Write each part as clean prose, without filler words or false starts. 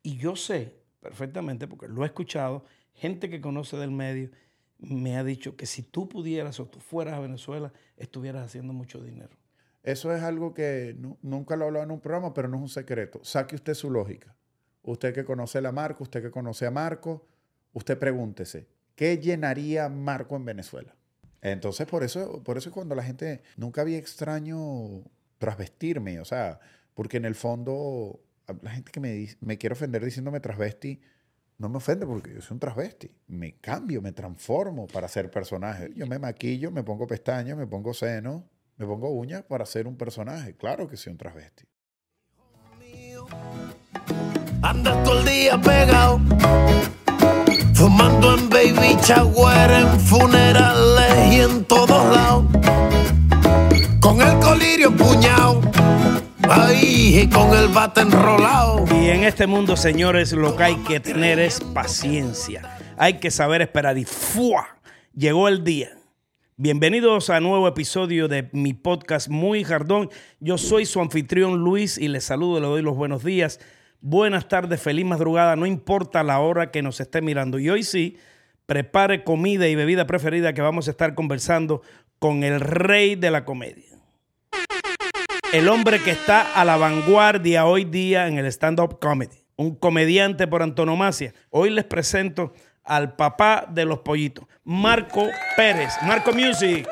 Y yo sé perfectamente, porque lo he escuchado, gente que conoce del medio me ha dicho que si tú pudieras o tú fueras a Venezuela, estuvieras haciendo mucho dinero. Eso es algo que nunca lo he hablado en un programa, pero no es un secreto. Saque usted su lógica. Usted que conoce a Marco, usted que conoce a Marco, usted pregúntese, ¿qué llenaría Marco en Venezuela? Entonces, por eso cuando la gente, nunca había extraño trasvestirme, o sea, porque en el fondo, la gente que me quiere ofender diciéndome transvesti, no me ofende porque yo soy un transvesti. Me cambio, me transformo para ser personaje. Yo me maquillo, me pongo pestañas, me pongo senos, me pongo uñas para ser un personaje. Claro que soy un transvesti. Andas todo el día pegado, fumando en baby shower, en funerales y en todos lados, con el colirio empuñado, ahí y con el bate enrolado. Y en este mundo, señores, lo que hay que tener es paciencia. Hay que saber esperar y ¡fua! Llegó el día. Bienvenidos a un nuevo episodio de mi podcast Muy Jardón. Yo soy su anfitrión Luis y les saludo, le doy los buenos días. Buenas tardes, feliz madrugada, no importa la hora que nos esté mirando. Y hoy sí, prepare comida y bebida preferida que vamos a estar conversando con el rey de la comedia. El hombre que está a la vanguardia hoy día en el stand-up comedy. Un comediante por antonomasia. Hoy les presento al papá de los pollitos, Marco Pérez. Marco Music.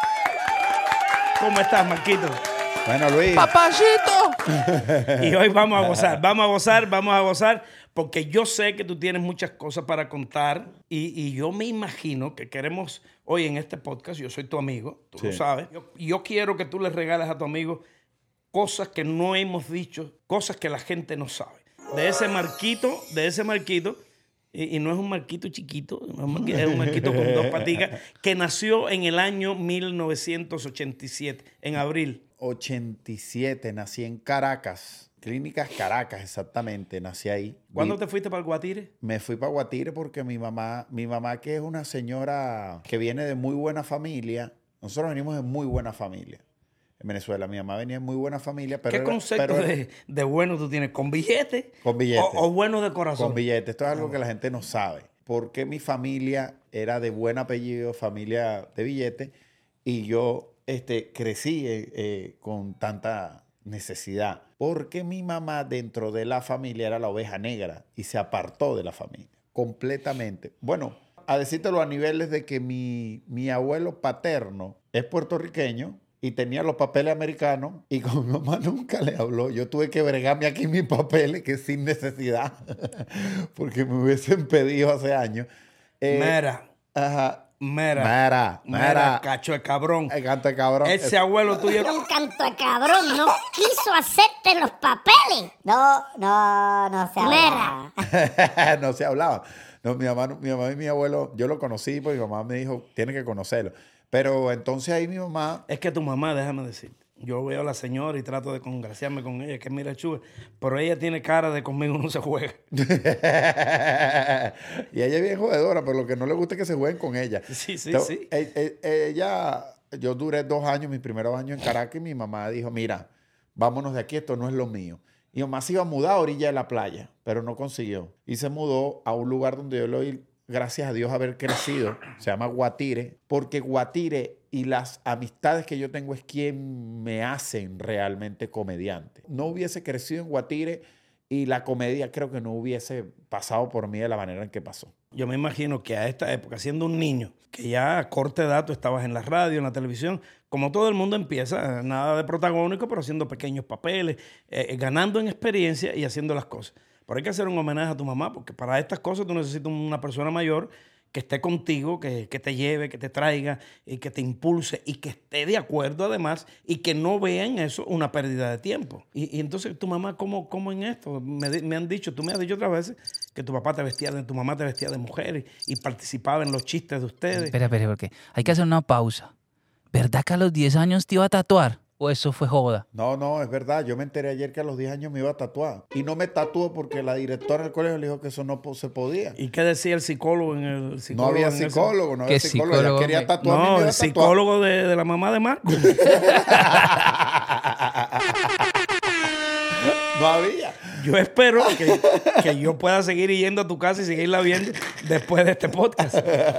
¿Cómo estás, Marquito? Bueno, Luis. ¡Papacito! Y hoy vamos a gozar, porque yo sé que tú tienes muchas cosas para contar y yo me imagino que queremos hoy en este podcast, yo soy tu amigo, tú Sí. lo sabes, yo quiero que tú le regales a tu amigo cosas que no hemos dicho, cosas que la gente no sabe. De ese marquito, y no es un marquito chiquito, es un marquito con dos paticas, que nació en el año 1987, en abril. 87, nací en Caracas, Clínicas Caracas exactamente, nací ahí. ¿Cuándo te fuiste para el Guatire? Me fui para Guatire porque mi mamá que es una señora que viene de muy buena familia, nosotros venimos de muy buena familia. En Venezuela, mi mamá venía de muy buena familia. Pero ¿Qué concepto de bueno tú tienes? ¿Con billetes? Con billetes. ¿O bueno de corazón? Con billetes. Esto es algo que la gente no sabe. Porque mi familia era de buen apellido, familia de billetes, y yo crecí con tanta necesidad. Porque mi mamá dentro de la familia era la oveja negra y se apartó de la familia completamente. Bueno, a decírtelo a niveles de que mi abuelo paterno es puertorriqueño, y tenía los papeles americanos y con mi mamá nunca le habló. Yo tuve que bregarme aquí mis papeles, que sin necesidad, porque me hubiesen pedido hace años. Mera. Ajá. Mera, cacho de cabrón. El canto de cabrón. Ese abuelo tuyo. Era un canto de cabrón, no quiso hacerte los papeles. No se habla. Mera. No se hablaba. No, mi mamá y mi abuelo, yo lo conocí porque mi mamá me dijo, tienes que conocerlo. Pero entonces ahí mi mamá... Es que tu mamá, déjame decirte, yo veo a la señora y trato de congraciarme con ella, que mira chuve, pero ella tiene cara de conmigo no se juega. Y ella es bien jodedora, pero lo que no le gusta es que se jueguen con ella. Sí. Ella, yo duré 2 años, mis primeros años en Caracas, y mi mamá dijo, mira, vámonos de aquí, esto no es lo mío. Y mi mamá se iba a mudar a orilla de la playa, pero no consiguió. Y se mudó a un lugar donde yo lo vi, gracias a Dios, haber crecido. Se llama Guatire, porque Guatire y las amistades que yo tengo es quien me hacen realmente comediante. No hubiese crecido en Guatire y la comedia creo que no hubiese pasado por mí de la manera en que pasó. Yo me imagino que a esta época, siendo un niño, que ya a corta edad tú estabas en la radio, en la televisión, como todo el mundo empieza, nada de protagónico, pero haciendo pequeños papeles, ganando en experiencia y haciendo las cosas. Pero hay que hacer un homenaje a tu mamá, porque para estas cosas tú necesitas una persona mayor que esté contigo, que te lleve, que te traiga, y que te impulse y que esté de acuerdo además y que no vea en eso una pérdida de tiempo. Y entonces tu mamá, ¿cómo en esto? Me han dicho, tú me has dicho otras veces que tu mamá te vestía de mujer y participaba en los chistes de ustedes. Espera, porque hay que hacer una pausa. ¿Verdad que a los 10 años te iba a tatuar? ¿O eso fue joda? No, es verdad. Yo me enteré ayer que a los 10 años me iba a tatuar. Y no me tatuó porque la directora del colegio le dijo que eso no se podía. ¿Y qué decía el psicólogo en el psicólogo? No había psicólogo, no había psicólogo. Ella quería tatuarme. No, el psicólogo de la mamá de Marco. No había. Yo espero que yo pueda seguir yendo a tu casa y seguirla viendo después de este podcast.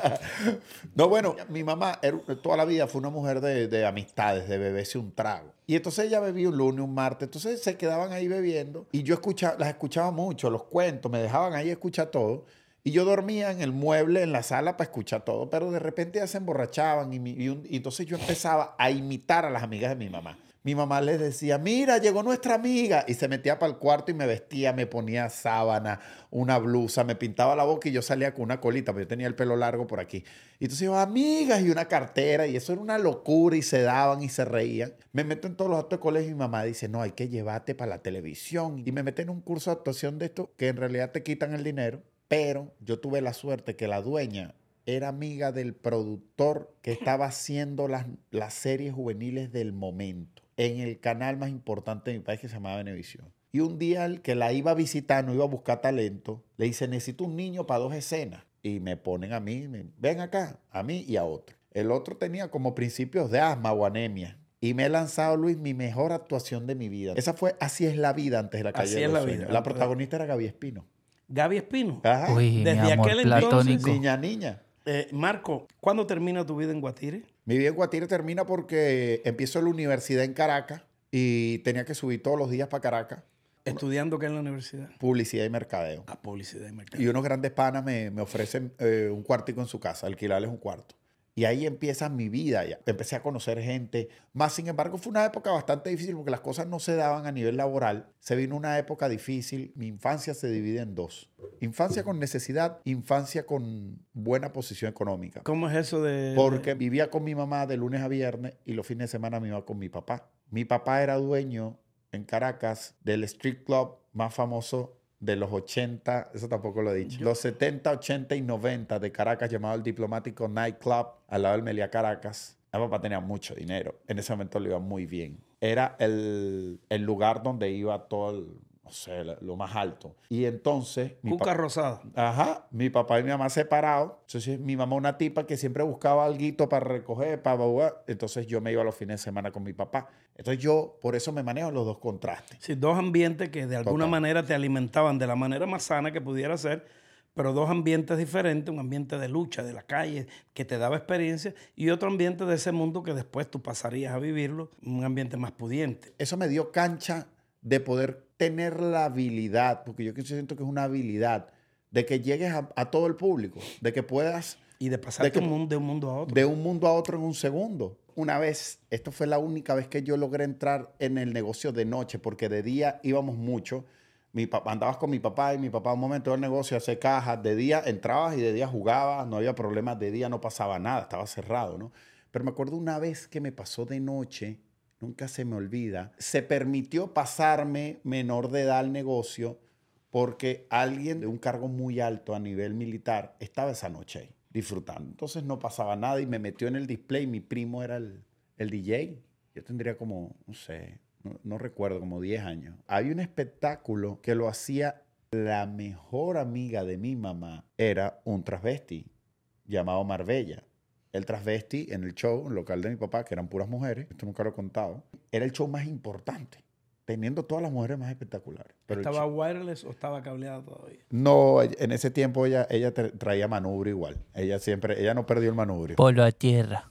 No, bueno, mi mamá toda la vida fue una mujer de amistades, de beberse un trago. Y entonces ella bebía un lunes, un martes, entonces se quedaban ahí bebiendo y yo las escuchaba mucho, los cuentos, me dejaban ahí escuchar todo. Y yo dormía en el mueble, en la sala, para escuchar todo. Pero de repente ya se emborrachaban y entonces yo empezaba a imitar a las amigas de mi mamá. Mi mamá les decía, mira, llegó nuestra amiga. Y se metía para el cuarto y me vestía, me ponía sábana, una blusa, me pintaba la boca y yo salía con una colita, porque yo tenía el pelo largo por aquí. Y entonces yo, amigas, y una cartera. Y eso era una locura y se daban y se reían. Me meto en todos los actos de colegio y mi mamá dice, no, hay que llevarte para la televisión. Y me mete en un curso de actuación de esto que en realidad te quitan el dinero. Pero yo tuve la suerte que la dueña era amiga del productor que estaba haciendo las series juveniles del momento en el canal más importante de mi país que se llamaba Venevisión. Y un día el que la iba a visitar, no iba a buscar talento, le dice, necesito un niño para 2 escenas. Y me ponen a mí, ven acá, a mí y a otro. El otro tenía como principios de asma o anemia. Y me he lanzado, Luis, mi mejor actuación de mi vida. Esa fue Así es la vida antes de La calle de los sueños. La protagonista era Gaby Espino. Gaby Espino. Ajá. Uy, Desde mi amor aquel platónico. entonces, Niña. Marco, ¿cuándo termina tu vida en Guatire? Mi vida en Guatire termina porque empiezo la universidad en Caracas y tenía que subir todos los días para Caracas. ¿Estudiando qué en la universidad? Publicidad y mercadeo. A publicidad y mercado. Y unos grandes panas me ofrecen un cuartico en su casa, alquilarles un cuarto. Y ahí empieza mi vida ya. Empecé a conocer gente. Más sin embargo, fue una época bastante difícil porque las cosas no se daban a nivel laboral. Se vino una época difícil. Mi infancia se divide en 2. Infancia con necesidad, infancia con buena posición económica. ¿Cómo es eso de...? Porque vivía con mi mamá de lunes a viernes y los fines de semana me iba con mi papá. Mi papá era dueño en Caracas del street club más famoso de los 80, eso tampoco lo he dicho, los 70, 80 y 90 de Caracas, llamado el Diplomático Night Club, al lado del Meliá Caracas. Mi papá tenía mucho dinero. En ese momento le iba muy bien. Era el lugar donde iba todo no sé, lo más alto. Y entonces... Cuca Rosada. Ajá. Mi papá y mi mamá separados. Entonces mi mamá una tipa que siempre buscaba alguito para recoger, para jugar. Entonces yo me iba los fines de semana con mi papá. Entonces yo, por eso me manejo los 2 contrastes. Sí, 2 ambientes que de alguna Total. manera te alimentaban de la manera más sana que pudiera ser, pero 2 ambientes diferentes, un ambiente de lucha, de la calle, que te daba experiencia, y otro ambiente de ese mundo que después tú pasarías a vivirlo, un ambiente más pudiente. Eso me dio cancha de poder tener la habilidad, porque yo siento que es una habilidad, de que llegues a todo el público, de que puedas... Y de pasar de un mundo a otro. De un mundo a otro en un segundo. Una vez, esto fue la única vez que yo logré entrar en el negocio de noche, porque de día íbamos mucho. Andabas con mi papá y mi papá un momento del negocio hace cajas. De día entrabas y de día jugabas, no había problemas, de día no pasaba nada, estaba cerrado, ¿no? Pero me acuerdo una vez que me pasó de noche, nunca se me olvida, se permitió pasarme menor de edad al negocio porque alguien de un cargo muy alto a nivel militar estaba esa noche ahí disfrutando. Entonces no pasaba nada y me metió en el display. Mi primo era el DJ. Yo tendría como, no sé, no recuerdo, como 10 años. Hay un espectáculo que lo hacía la mejor amiga de mi mamá. Era un transvesti llamado Marbella. El transvesti en el show, en el local de mi papá, que eran puras mujeres, esto nunca lo he contado, era el show más importante, teniendo todas las mujeres más espectaculares. Pero ¿Estaba wireless o estaba cableado todavía? No, en ese tiempo ella traía manubrio igual. Ella no perdió el manubrio. Polo a tierra.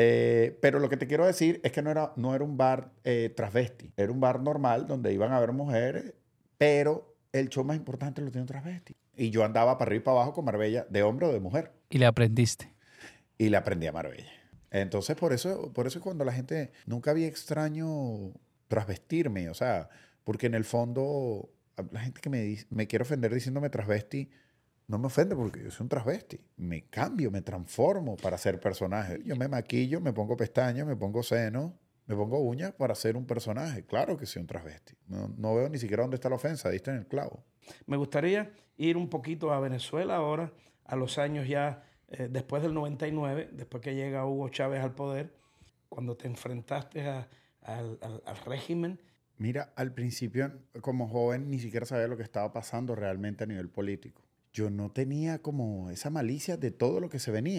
Pero lo que te quiero decir es que no era un bar transvesti. Era un bar normal donde iban a haber mujeres, pero el show más importante lo tenía un transvesti. Y yo andaba para arriba y para abajo con Marbella, de hombre o de mujer. Y le aprendiste. Y le aprendí a Marbella. Entonces, por eso cuando la gente... Nunca había extraño transvestirme, o sea, porque en el fondo la gente que me quiere ofender diciéndome transvesti, no me ofende porque yo soy un transvesti. Me cambio, me transformo para ser personaje. Yo me maquillo, me pongo pestañas, me pongo senos, me pongo uñas para ser un personaje. Claro que soy un transvesti. No veo ni siquiera dónde está la ofensa, diste en el clavo. Me gustaría ir un poquito a Venezuela ahora, a los años ya... después del 99, después que llega Hugo Chávez al poder, cuando te enfrentaste al régimen. Mira, al principio, como joven, ni siquiera sabía lo que estaba pasando realmente a nivel político. Yo no tenía como esa malicia de todo lo que se venía.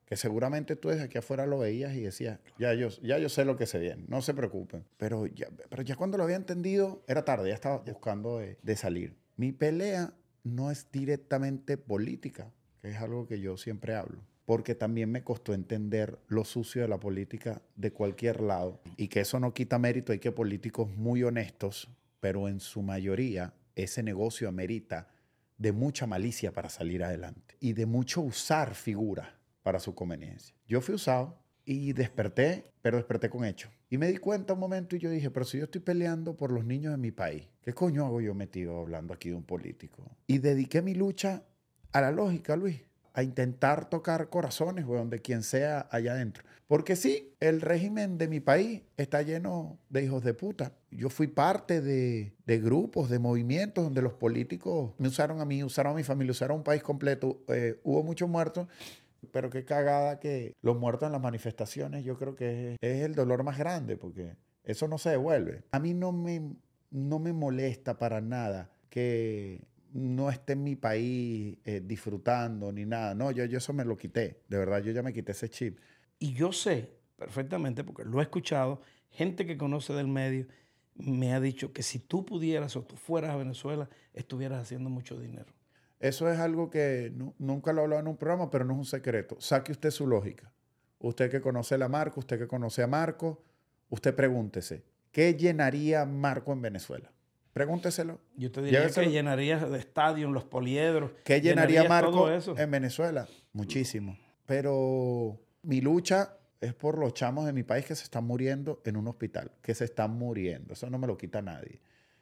que seguramente tú desde aquí afuera lo veías y decías, ya yo sé lo que se viene, no se preocupen. Pero ya cuando lo había entendido, era tarde, ya estaba buscando de salir. Mi pelea no es directamente política, que es algo que yo siempre hablo, porque también me costó entender lo sucio de la política de cualquier lado y que eso no quita mérito. Hay que políticos muy honestos, pero en su mayoría ese negocio amerita de mucha malicia para salir adelante y de mucho usar figuras para su conveniencia. Yo fui usado y desperté, pero desperté con hechos. Y me di cuenta un momento y yo dije, pero si yo estoy peleando por los niños de mi país, ¿qué coño hago yo metido hablando aquí de un político? Y dediqué mi lucha a la lógica, Luis, a intentar tocar corazones, weón, de quien sea allá adentro. Porque sí, el régimen de mi país está lleno de hijos de puta. Yo fui parte de grupos, de movimientos donde los políticos me usaron a mí, usaron a mi familia, usaron a un país completo. Hubo muchos muertos, pero qué cagada que los muertos en las manifestaciones, yo creo que es el dolor más grande, porque eso no se devuelve. A mí no me molesta para nada que no esté en mi país disfrutando ni nada. No, yo eso me lo quité. De verdad, yo ya me quité ese chip. Y yo sé perfectamente, porque lo he escuchado, gente que conoce del medio me ha dicho que si tú pudieras o tú fueras a Venezuela, estuvieras haciendo mucho dinero. Eso es algo que nunca lo he hablado en un programa, pero no es un secreto. Saque usted su lógica. Usted que conoce a Marco, usted que conoce a Marco, usted pregúntese, ¿qué llenaría Marco en Venezuela? Pregúnteselo. Yo te diría que llenarías de estadios, los poliedros. ¿Qué llenaría Marco en Venezuela? Muchísimo. Pero mi lucha es por los chamos de mi país que se están muriendo en un hospital, que se están muriendo. Eso no me lo quita nadie.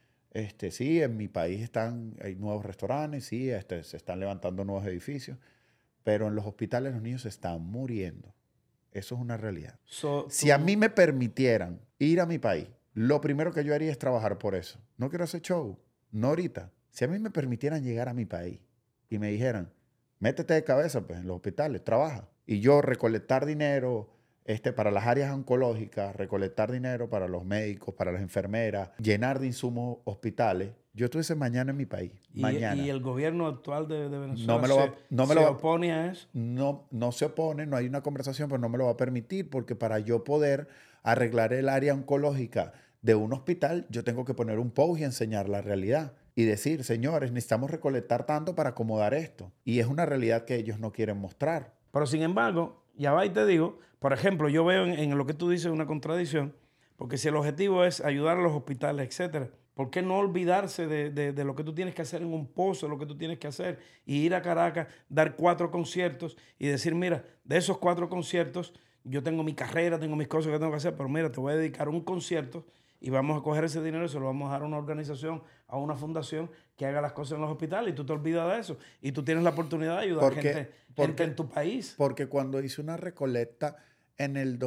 Sí, en mi país hay nuevos restaurantes, sí, se están levantando nuevos edificios, pero en los hospitales los niños se están muriendo. Eso es una realidad. Si a mí me permitieran ir a mi país, lo primero que yo haría es trabajar por eso. No quiero hacer show, no ahorita. Si a mí me permitieran llegar a mi país y me dijeran, métete de cabeza pues, en los hospitales, trabaja. Y yo recolectar dinero para las áreas oncológicas, recolectar dinero para los médicos, para las enfermeras, llenar de insumos hospitales. Yo estuviese mañana en mi país. Mañana. ¿Y el gobierno actual de Venezuela se opone a eso? No se opone, no hay una conversación, pero no me lo va a permitir, porque para yo poder arreglar el área oncológica de un hospital, yo tengo que poner un post y enseñar la realidad. Y decir, señores, necesitamos recolectar tanto para acomodar esto. Y es una realidad que ellos no quieren mostrar. Pero sin embargo, ya va y te digo, por ejemplo, yo veo en lo que tú dices una contradicción, porque si el objetivo es ayudar a los hospitales, etcétera, ¿por qué no olvidarse de lo que tú tienes que hacer en un pozo, lo que tú tienes que hacer, y ir a Caracas, dar 4 conciertos y decir, mira, de esos 4 conciertos, yo tengo mi carrera, tengo mis cosas que tengo que hacer, pero mira, te voy a dedicar un concierto y vamos a coger ese dinero y se lo vamos a dar a una organización, a una fundación que haga las cosas en los hospitales, y tú te olvidas de eso. Y tú tienes la oportunidad de ayudar a gente en tu país. Porque cuando hice una recolecta en el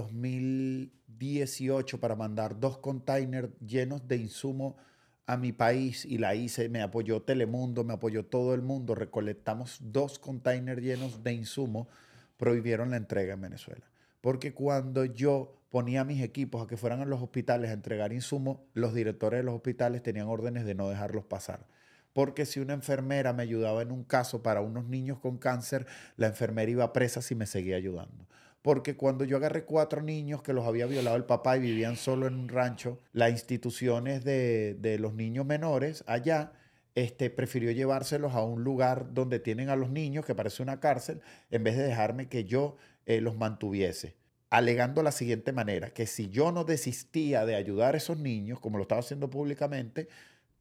2018 para mandar 2 containers llenos de insumos a mi país, y la hice, me apoyó Telemundo, me apoyó todo el mundo, recolectamos 2 containers llenos de insumos, prohibieron la entrega en Venezuela. Porque cuando yo ponía a mis equipos a que fueran a los hospitales a entregar insumos, los directores de los hospitales tenían órdenes de no dejarlos pasar. Porque si una enfermera me ayudaba en un caso para unos niños con cáncer, la enfermera iba presa si me seguía ayudando. Porque cuando yo agarré 4 niños que los había violado el papá y vivían solo en un rancho, las instituciones de los niños menores allá prefirió llevárselos a un lugar donde tienen a los niños, que parece una cárcel, en vez de dejarme que yo los mantuviese. Alegando la siguiente manera, que si yo no desistía de ayudar a esos niños, como lo estaba haciendo públicamente,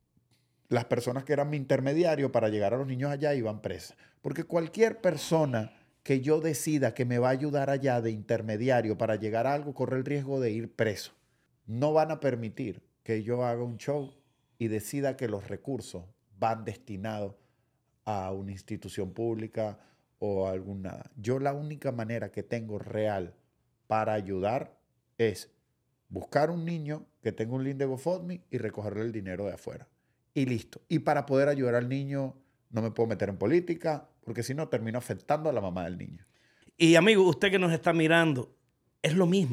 las personas que eran mi intermediario para llegar a los niños allá iban presas. Porque cualquier persona que yo decida que me va a ayudar allá de intermediario para llegar a algo, corre el riesgo de ir preso. No van a permitir que yo haga un show y decida que los recursos van destinados a una institución pública o a algún nada. Yo la única manera que tengo real para ayudar es buscar un niño que tenga un link de GoFundMe y recogerle el dinero de afuera. Y listo. Y para poder ayudar al niño no me puedo meter en política, porque si no termino afectando a la mamá del niño. Y amigo, usted que nos está mirando, es lo mismo.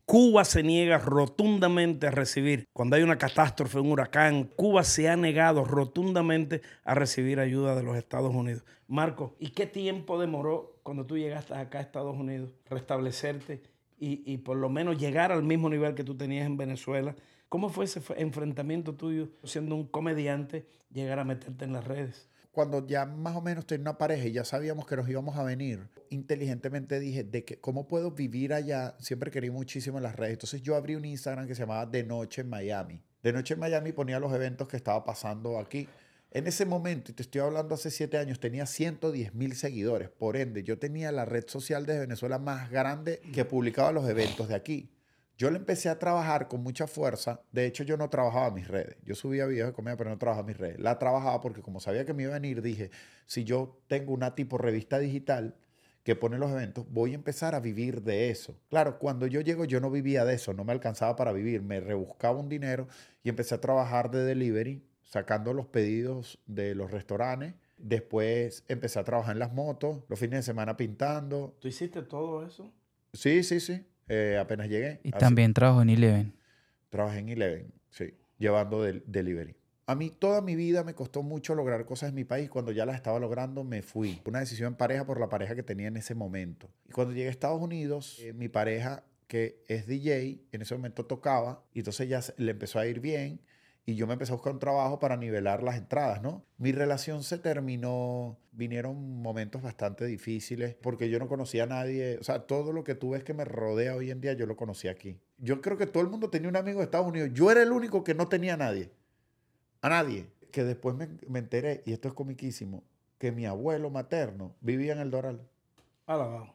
Cuba se niega rotundamente a recibir. Cuando hay una catástrofe, un huracán, Cuba se ha negado rotundamente a recibir ayuda de los Estados Unidos. Marco, ¿y qué tiempo demoró cuando tú llegaste acá a Estados Unidos restablecerte y por lo menos llegar al mismo nivel que tú tenías en Venezuela? ¿Cómo fue ese enfrentamiento tuyo siendo un comediante, llegar a meterte en las redes? Cuando ya más o menos tenía una pareja y ya sabíamos que nos íbamos a venir, inteligentemente dije de que cómo puedo vivir allá. Siempre quería muchísimo en las redes. Entonces yo abrí un Instagram que se llamaba De Noche en Miami. De Noche en Miami ponía los eventos que estaba pasando aquí. En ese momento, y te estoy hablando hace 7 años, tenía 110,000 seguidores. Por ende, yo tenía la red social de Venezuela más grande que publicaba los eventos de aquí. Yo le empecé a trabajar con mucha fuerza. De hecho, yo no trabajaba mis redes. Yo subía videos de comedia, pero no trabajaba mis redes. La trabajaba porque como sabía que me iba a venir, dije, si yo tengo una tipo revista digital que pone los eventos, voy a empezar a vivir de eso. Claro, cuando yo llego, yo no vivía de eso, no me alcanzaba para vivir. Me rebuscaba un dinero y empecé a trabajar de delivery, sacando los pedidos de los restaurantes. Después empecé a trabajar en las motos, los fines de semana pintando. ¿Tú hiciste todo eso? Sí. Apenas llegué. Y también trabajó en Eleven. Trabajé en Eleven, sí, llevando delivery. A mí toda mi vida me costó mucho lograr cosas en mi país. Cuando ya las estaba logrando, me fui. Una decisión en pareja por la pareja que tenía en ese momento. Y cuando llegué a Estados Unidos, mi pareja, que es DJ, en ese momento tocaba, y entonces ya le empezó a ir bien. Y yo me empecé a buscar un trabajo para nivelar las entradas, ¿no? Mi relación se terminó, vinieron momentos bastante difíciles porque yo no conocía a nadie. O sea, todo lo que tú ves que me rodea hoy en día, yo lo conocí aquí. Yo creo que todo el mundo tenía un amigo de Estados Unidos. Yo era el único que no tenía a nadie. A nadie. Que después me enteré, y esto es comiquísimo, que mi abuelo materno vivía en el Doral. Alabado.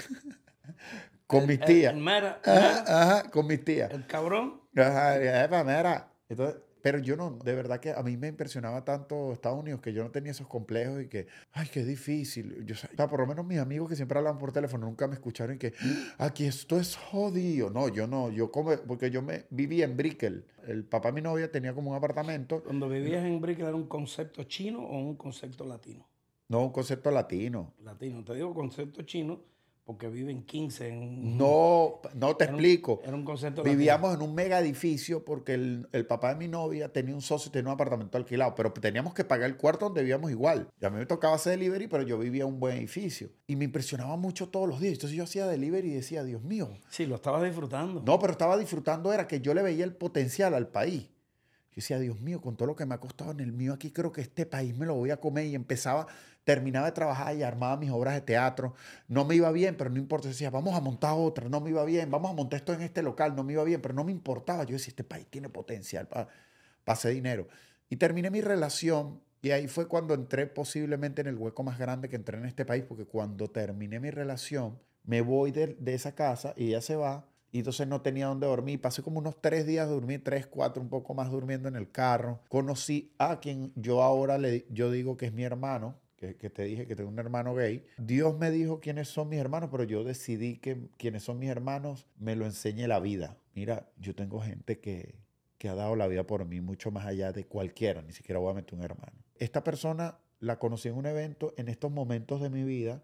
Con mis tías. Mera, Ajá, con mis tías. el cabrón. Ajá, mira. Entonces, pero yo no, de verdad que a mí me impresionaba tanto Estados Unidos que yo no tenía esos complejos y que, ay, qué difícil. Yo, o sea, por lo menos mis amigos que siempre hablaban por teléfono nunca me escucharon y que, aquí esto es jodido. No, porque yo vivía en Brickell. El papá de mi novia tenía como un apartamento. Cuando vivías en Brickell, ¿era un concepto chino o un concepto latino? No, un concepto latino. Latino. Te digo concepto chino porque viven 15 en... No te explico. Era un concepto Vivíamos latino. en un mega edificio porque el papá de mi novia tenía un socio y tenía un apartamento alquilado, pero teníamos que pagar el cuarto donde vivíamos igual. Y a mí me tocaba hacer delivery, pero yo vivía en un buen edificio. Y me impresionaba mucho todos los días. Entonces yo hacía delivery y decía, Dios mío. Sí, lo estabas disfrutando. No, pero estaba disfrutando, era que yo le veía el potencial al país. Yo decía, Dios mío, con todo lo que me ha costado en el mío aquí, creo que este país me lo voy a comer. Y terminaba de trabajar y armaba mis obras de teatro. No me iba bien, pero no importa. Yo decía, vamos a montar otra, no me iba bien. Vamos a montar esto en este local, no me iba bien, pero no me importaba. Yo decía, este país tiene potencial para hacer dinero. Y terminé mi relación y ahí fue cuando entré posiblemente en el hueco más grande que entré en este país, porque cuando terminé mi relación, me voy de esa casa y ella se va. Y entonces no tenía dónde dormir. Pasé como unos 3 días, dormí 3, 4, un poco más durmiendo en el carro. Conocí a quien yo ahora yo digo que es mi hermano, que te dije que tengo un hermano gay. Dios me dijo quiénes son mis hermanos, pero yo decidí que quienes son mis hermanos me lo enseñe la vida. Mira, yo tengo gente que ha dado la vida por mí mucho más allá de cualquiera, ni siquiera voy a meter un hermano. Esta persona la conocí en un evento en estos momentos de mi vida.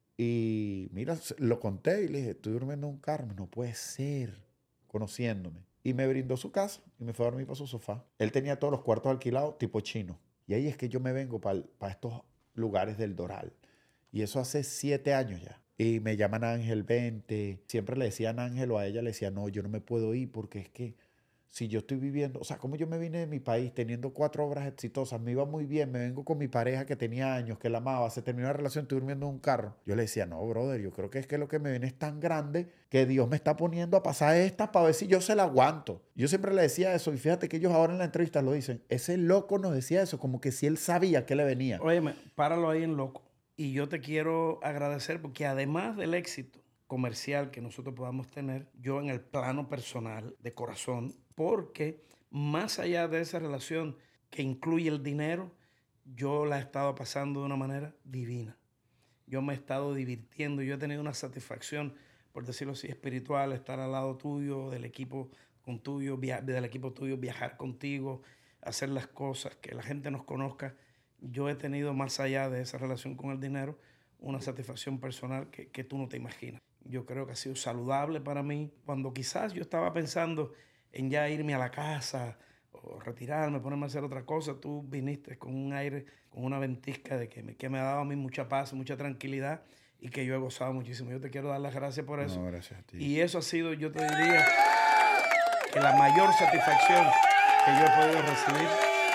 Y mira, lo conté y le dije, estoy durmiendo en un carro. No puede ser, conociéndome. Y me brindó su casa y me fue a dormir para su sofá. Él tenía todos los cuartos alquilados tipo chino. Y ahí es que yo me vengo para estos lugares del Doral. Y eso hace 7 años ya. Y me llaman Ángel, vente. Siempre le decían Ángel o a ella le decía, no, yo no me puedo ir porque es que si yo estoy viviendo, o sea, como yo me vine de mi país teniendo 4 obras exitosas, me iba muy bien, me vengo con mi pareja que tenía años, que la amaba, se terminó la relación, estoy durmiendo en un carro. Yo le decía, no, brother, yo creo que es que lo que me viene es tan grande que Dios me está poniendo a pasar esta para ver si yo se la aguanto. Yo siempre le decía eso y fíjate que ellos ahora en la entrevista lo dicen. Ese loco nos decía eso, como que si él sabía que le venía. Óyeme, páralo ahí en loco. Y yo te quiero agradecer porque además del éxito comercial que nosotros podamos tener, yo en el plano personal, de corazón, porque más allá de esa relación que incluye el dinero, yo la he estado pasando de una manera divina. Yo me he estado divirtiendo, yo he tenido una satisfacción, por decirlo así, espiritual, estar al lado tuyo, del equipo tuyo, viajar contigo, hacer las cosas, que la gente nos conozca. Yo he tenido más allá de esa relación con el dinero, una satisfacción personal que tú no te imaginas. Yo creo que ha sido saludable para mí. Cuando quizás yo estaba pensando en ya irme a la casa o retirarme, ponerme a hacer otra cosa, tú viniste con un aire, con una ventisca de que me ha dado a mí mucha paz, mucha tranquilidad y que yo he gozado muchísimo. Yo te quiero dar las gracias por eso. No, gracias a ti. Y eso ha sido, yo te diría, que la mayor satisfacción que yo he podido recibir.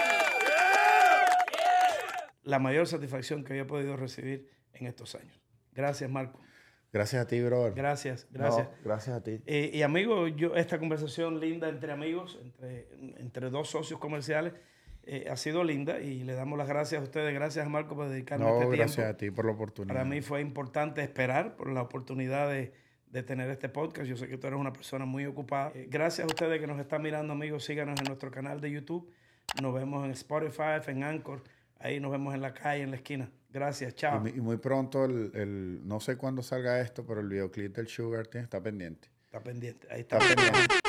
La mayor satisfacción que yo he podido recibir en estos años. Gracias, Marco. Gracias a ti, brother. Gracias. No, gracias a ti. Y amigo, esta conversación linda entre amigos, entre dos socios comerciales, ha sido linda y le damos las gracias a ustedes. Gracias a Marco por dedicarme este tiempo. Gracias a ti por la oportunidad. Para mí fue importante esperar por la oportunidad de tener este podcast. Yo sé que tú eres una persona muy ocupada. Gracias a ustedes que nos están mirando, amigos. Síganos en nuestro canal de YouTube. Nos vemos en Spotify, en Anchor. Ahí nos vemos en la calle, en la esquina. Gracias, chao. Y muy pronto, no sé cuándo salga esto, pero el videoclip del Sugar está pendiente. Está pendiente. Ahí está pendiente.